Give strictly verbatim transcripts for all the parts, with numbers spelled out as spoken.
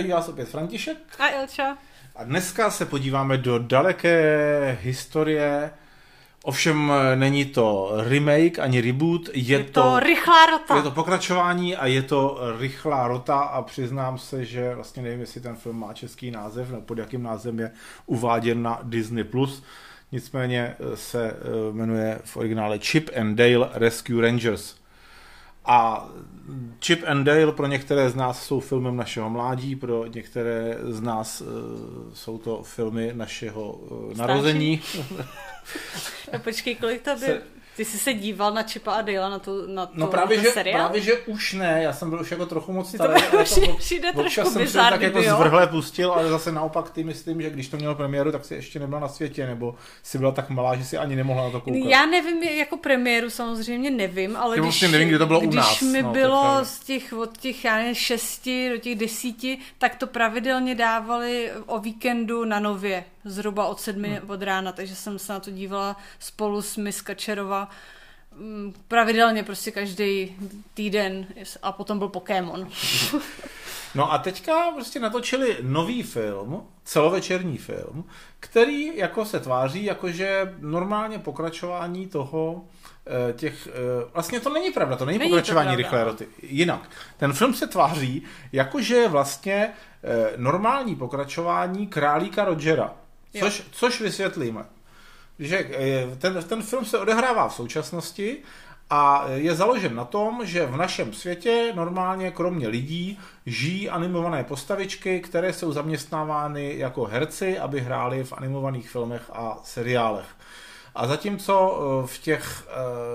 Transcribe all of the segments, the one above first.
Zdraví vás opět František. A Ilča. A dneska se podíváme do daleké historie. Ovšem není to remake ani reboot. Je, je to, to rychlá rota. Je to pokračování a je to rychlá rota a přiznám se, že vlastně nevím, jestli ten film má český název, nebo pod jakým názvem je uváděn na Disney plus. Nicméně se jmenuje v originále Chip and Dale Rescue Rangers. A Chip and Dale pro některé z nás jsou filmem našeho mládí, pro některé z nás uh, jsou to filmy našeho uh, narození. No počkej, kolik to by... Se... Ty jsi se díval na Chipa a Dale na tu na No právě, že, seriál? právě, že už ne, já jsem byl už jako trochu moc starý. To přijde, přijde trošku jsem se tak jako zvrhle pustil, ale zase naopak ty myslím, že když to mělo premiéru, tak si ještě nebyla na světě, nebo si byla tak malá, že si ani nemohla na to koukat. Já nevím, jako premiéru samozřejmě nevím, ale ty když, vlastně nevím, kdy to bylo když u nás. mi no, bylo z těch, od těch já nevím, šesti do těch desíti, tak to pravidelně dávali o víkendu na Nově, zhruba od sedmi hmm. od rána, takže jsem se na to dívala spolu s Miss Kačerova pravidelně prostě každý týden a potom byl Pokémon. No a teďka prostě natočili nový film, celovečerní film, který jako se tváří, jakože normálně pokračování toho těch, vlastně to není pravda, to není, není pokračování rychlé roty. Jinak, ten film se tváří, jakože vlastně normální pokračování Králíka Rogera, což, což vysvětlíme. Že ten, ten film se odehrává v současnosti a je založen na tom, že v našem světě normálně kromě lidí žijí animované postavičky, které jsou zaměstnávány jako herci, aby hráli v animovaných filmech a seriálech. A zatímco v těch,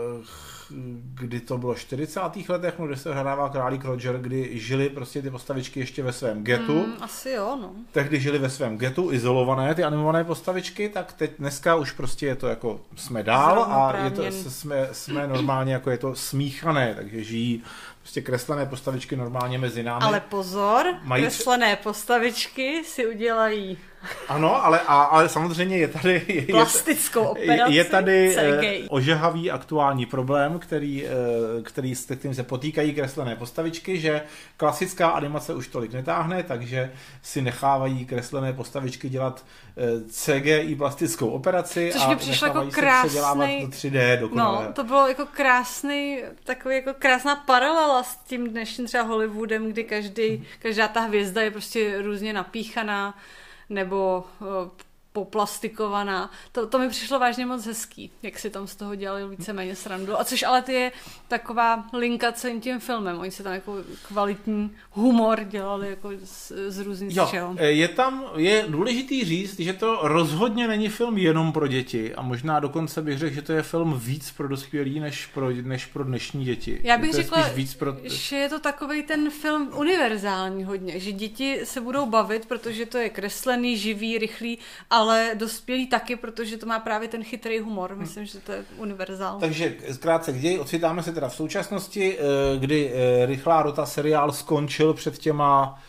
kdy to bylo čtyřicátých letech, kde se hrává Králík Roger, kdy žili prostě ty postavičky ještě ve svém getu. Mm, asi jo, no. Tehdy žili ve svém getu, izolované ty animované postavičky, tak teď dneska už prostě je to jako jsme dál a je to, jsme, jsme normálně jako je to smíchané, takže žijí prostě kreslené postavičky normálně mezi námi. Ale pozor, Mají... kreslené postavičky si udělají. Ano, ale, a, ale samozřejmě je tady je, plastickou operaci. Je tady eh, ožehavý aktuální problém, který, eh, který s kterým se potýkají kreslené postavičky, že klasická animace už tolik netáhne, takže si nechávají kreslené postavičky dělat eh, C G I plastickou operaci. Což a mi přišlo jako krásný... do tři dé dokonale. No, to bylo jako krásný, takový jako krásná paralela s tím dnešním třeba Hollywoodem, kdy každý, každá ta hvězda je prostě různě napíchaná nebo uh, poplastikovaná. To, to mi přišlo vážně moc hezký, jak si tam z toho dělali víceméně srandu. A což ale ty je taková linka celým tím filmem. Oni se tam jako kvalitní humor dělali jako z, z různých jo, čeho. Je tam, je důležitý říct, že to rozhodně není film jenom pro děti a možná dokonce bych řekl, že to je film víc pro dospělí než pro, než pro dnešní děti. Já bych to řekla, víc pro... že je to takovej ten film univerzální hodně, že děti se budou bavit, protože to je kreslený, živý, rychlý, ale dospělí taky, protože to má právě ten chytrý humor. Myslím, že to je univerzál. Takže zkrátce k ději, ocitáme se teda v současnosti, kdy Rychlá rota seriál skončil před těma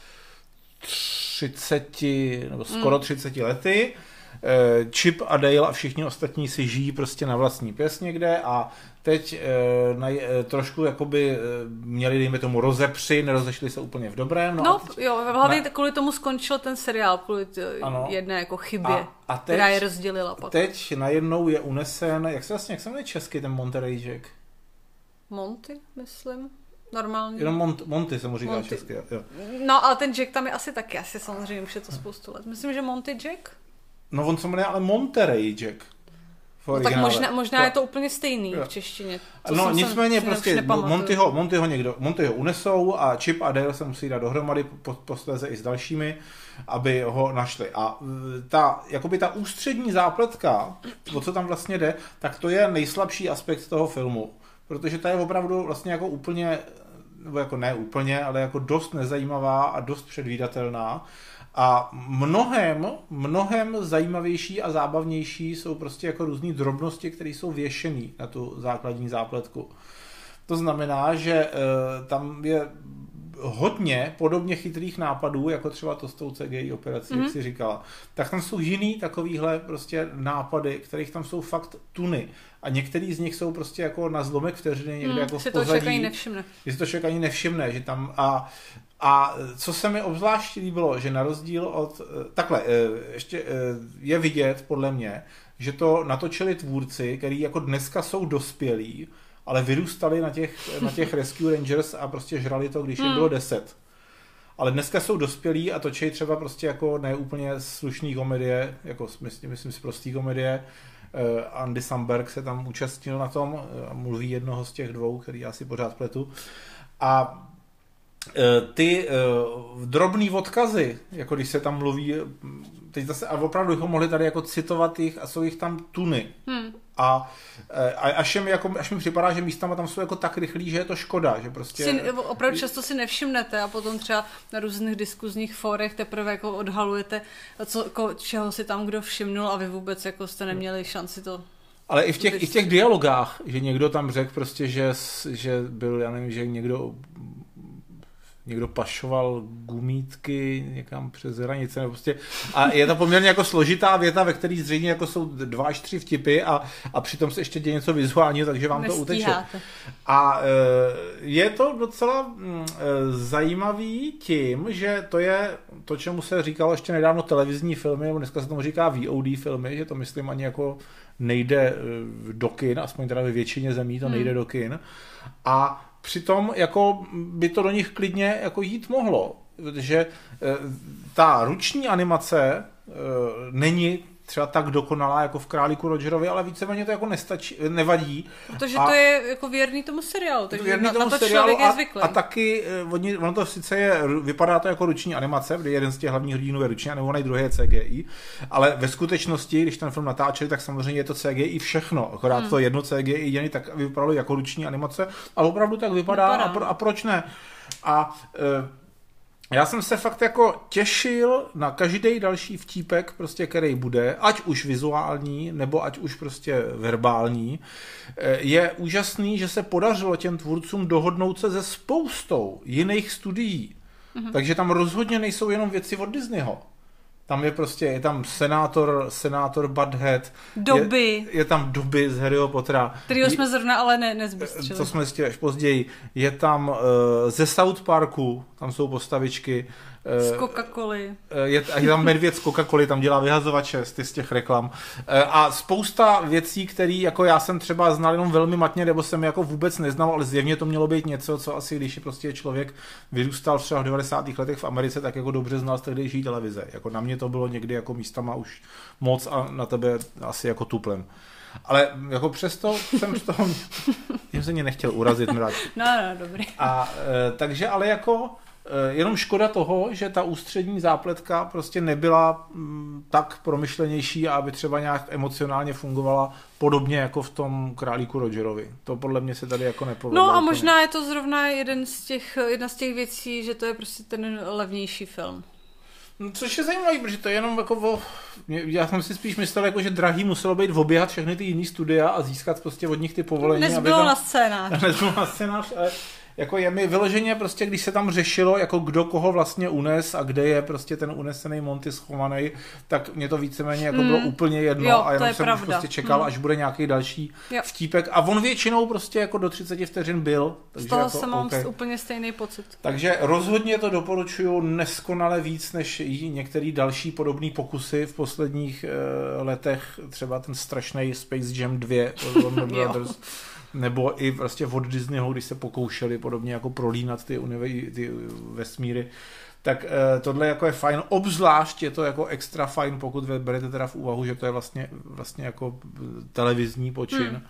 třiceti, nebo skoro mm. třiceti lety. Chip a Dale a všichni ostatní si žijí prostě na vlastní pěs někde a teď e, na, e, trošku jakoby e, měli, dejme tomu, rozepři, nerozešli se úplně v dobrém. No, no teď, jo, hlavně na... kvůli tomu skončil ten seriál, kvůli jedné jako chybě, a, a teď, která je rozdělila pak. Teď najednou je unesen, jak se vlastně, jak se jmenuje česky ten Monterey Jack? Monty, myslím. Normálně. Jenom Mont, Monty se mu říká Monty. Česky. Jo. No, ale ten Jack tam je asi taky, asi samozřejmě už je to spoustu let. Myslím, že Monty Jack? No on se jmenuje ale Monterey Jack. No, tak možná, možná je to úplně stejný jo. v češtině. To no nicméně prostě Montyho, Montyho někdo, Montyho unesou a Chip a Dale se musí dát dohromady posléze i s dalšími, aby ho našli. A ta, jakoby ta ústřední zápletka, o co tam vlastně jde, tak to je nejslabší aspekt toho filmu. Protože ta je opravdu vlastně jako úplně, nebo jako ne úplně, ale jako dost nezajímavá a dost předvídatelná. A mnohem, mnohem zajímavější a zábavnější jsou prostě jako různý drobnosti, které jsou věšený na tu základní zápletku. To znamená, že e, tam je hodně podobně chytrých nápadů, jako třeba to s tou C G I operací, mm-hmm. jak jsi říkala. Tak tam jsou jiný takovýhle prostě nápady, kterých tam jsou fakt tuny. A některý z nich jsou prostě jako na zlomek vteřiny někde mm, jako v pozadí. Si to člověk ani nevšimne. Že si to člověk ani nevšimne, že tam a A co se mi obzvlášť líbilo, že na rozdíl od... Takhle, ještě je vidět, podle mě, že to natočili tvůrci, který jako dneska jsou dospělí, ale vyrůstali na těch, na těch Rescue Rangers a prostě žrali to, když jim hmm. bylo deset. Ale dneska jsou dospělí a točí třeba prostě jako neúplně slušný komedie, jako myslím, myslím si prostý komedie. Andy Samberg se tam účastnil na tom a mluví jednoho z těch dvou, který já si pořád pletu. A ty uh, drobný odkazy, jako když se tam mluví, teď zase, a opravdu bychom mohli tady jako citovat jich a jsou jich tam tuny. Hmm. A, a až, mi jako, až mi připadá, že místama tam jsou jako tak rychlí, že je to škoda, že prostě... Si, opravdu často si nevšimnete a potom třeba na různých diskuzních fórech teprve jako odhalujete, co, ko, čeho si tam kdo všimnul a vy vůbec jako jste neměli šanci to... Ale i v těch, i v těch dialogách, že někdo tam řekl prostě, že, že byl, já nevím, že někdo... někdo pašoval gumítky někam přes hranice, nebo prostě, a je to poměrně jako složitá věta, ve které zřejmě jako jsou dva až tři vtipy a, a přitom se ještě děje něco vizuálního, takže vám to uteče. A je to docela zajímavý tím, že to je to, čemu se říkalo ještě nedávno televizní filmy, nebo dneska se tomu říká V O D filmy, že to myslím ani jako nejde do kin, aspoň teda ve většině zemí to nejde hmm. do kin. A přitom jako by to do nich klidně jako jít mohlo, protože ta ruční animace e, není třeba tak dokonalá jako v Králíku Rogerovi, ale víceméně to jako nestačí, nevadí. Protože a to je jako věrný tomu seriálu, takže věrný na, tomu na to seriálu člověk a, je zvyklý. A taky, ono to sice je, vypadá to jako ruční animace, kdy jeden z těch hlavních hrdinů je ruční, nebo nej druhý je C G I, ale ve skutečnosti, když ten film natáčeli, tak samozřejmě je to C G I všechno, akorát hmm. to jedno C G I děný tak vypadalo jako ruční animace, ale opravdu tak vypadá, vypadá. A, pro, a proč ne? A e, já jsem se fakt jako těšil na každý další vtípek, prostě, který bude, ať už vizuální, nebo ať už prostě verbální. Je úžasný, že se podařilo těm tvůrcům dohodnout se se spoustou jiných studií. Mhm. Takže tam rozhodně nejsou jenom věci od Disneyho. Tam je prostě, je tam senátor, senátor Butthead. Doby. Je, je tam Doby z Harryho Pottera. Kterýho jsme zrovna ale ne, nezbystřili. To jsme zjistili až později. Je tam uh, ze South Parku, tam jsou postavičky. Z Coca-Coly. Je, je tam medvěd z Coca-Coly, tam dělá vyhazovače z, z těch reklam. A spousta věcí, které jako já jsem třeba znal jenom velmi matně, nebo jsem jako vůbec neznal, ale zjevně to mělo být něco, co asi když je prostě člověk vyrůstal třeba v devadesátých letech v Americe, tak jako dobře znal z tehdejší televize. Jako na mě to bylo někdy jako místama už moc a na tebe asi jako tuplem. Ale jako přesto jsem z toho jsem se mě nechtěl urazit. Mrát. No, no, dobrý. A e, takže ale jako jenom škoda toho, že ta ústřední zápletka prostě nebyla m, tak promyšlenější a aby třeba nějak emocionálně fungovala podobně jako v tom Králíku Rogerovi. To podle mě se tady jako nepovedlo. No a možná je to zrovna jeden z těch, jedna z těch věcí, že to je prostě ten levnější film. No, což je zajímavé, protože to je jenom jako o, já jsem si spíš myslel, jako, že drahý muselo být oběhat všechny ty jiný studia a získat prostě od nich ty povolení. Nezbylo tam, na scénář. Nezbylo na scénář, ale jako je mi vyloženě prostě, když se tam řešilo, jako kdo koho vlastně unes a kde je prostě ten unesený Monty schovaný, tak mě to víceméně jako mm. bylo úplně jedno jo, a jenom jsem pravda. prostě čekal, mm. až bude nějaký další jo. vtípek a on většinou prostě jako do třicet vteřin byl. Takže z toho jako, jsem mám okay. úplně stejný pocit. Takže rozhodně to doporučuju neskonale víc než některé další podobné pokusy v posledních uh, letech, třeba ten strašný Space Jam dva Warner Brothers. Nebo i vlastně od Disneyho, když se pokoušeli podobně jako prolínat ty, univ- ty vesmíry, tak eh, tohle jako je fajn, obzvlášť je to jako extra fajn, pokud berete teda v úvahu, že to je vlastně, vlastně jako televizní počin. Hmm.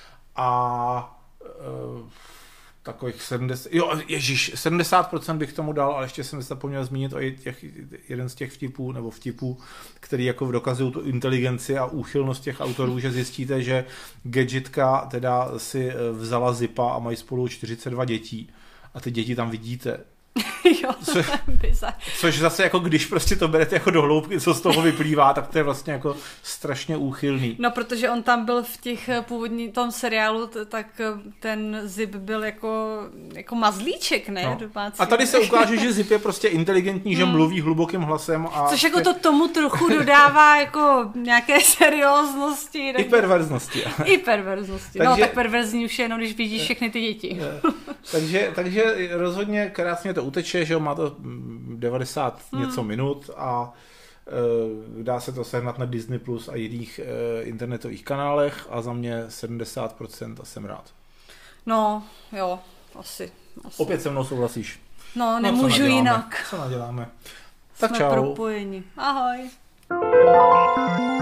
A eh, takových sedmdesát, jo, ježiš, sedmdesát procent bych tomu dal, ale ještě jsem se zapomněl zmínit o těch, jeden z těch vtipů, nebo vtipů, který jako dokazují tu inteligenci a úchylnost těch autorů, že zjistíte, že Gadgetka teda si vzala Zipa a mají spolu čtyřicet dva dětí a ty děti tam vidíte. Jo, Co, což zase jako když prostě to berete jako do hloubky, co z toho vyplývá, tak to je vlastně jako strašně úchylný. No, protože on tam byl v těch původní tom seriálu, t- tak ten Zip byl jako, jako mazlíček, ne? No. Domácí. A tady se ukáže, že Zip je prostě inteligentní, že mluví hlubokým hlasem. A což jako to tomu trochu dodává jako nějaké serióznosti. I perverznosti. I perverznosti. Takže... No, tak perverzní už je jenom, když vidíš všechny ty děti. takže, takže rozhodně krásně to uteče, že jo, má to devadesát hmm. něco minut a uh, dá se to sehnat na Disney Plus a jiných uh, internetových kanálech a za mě sedmdesát procent a jsem rád. No, jo, asi. asi. Opět se mnou souhlasíš. No, nemůžu no, jinak. Co naděláme? Tak Jsme čau. propojeni. Ahoj.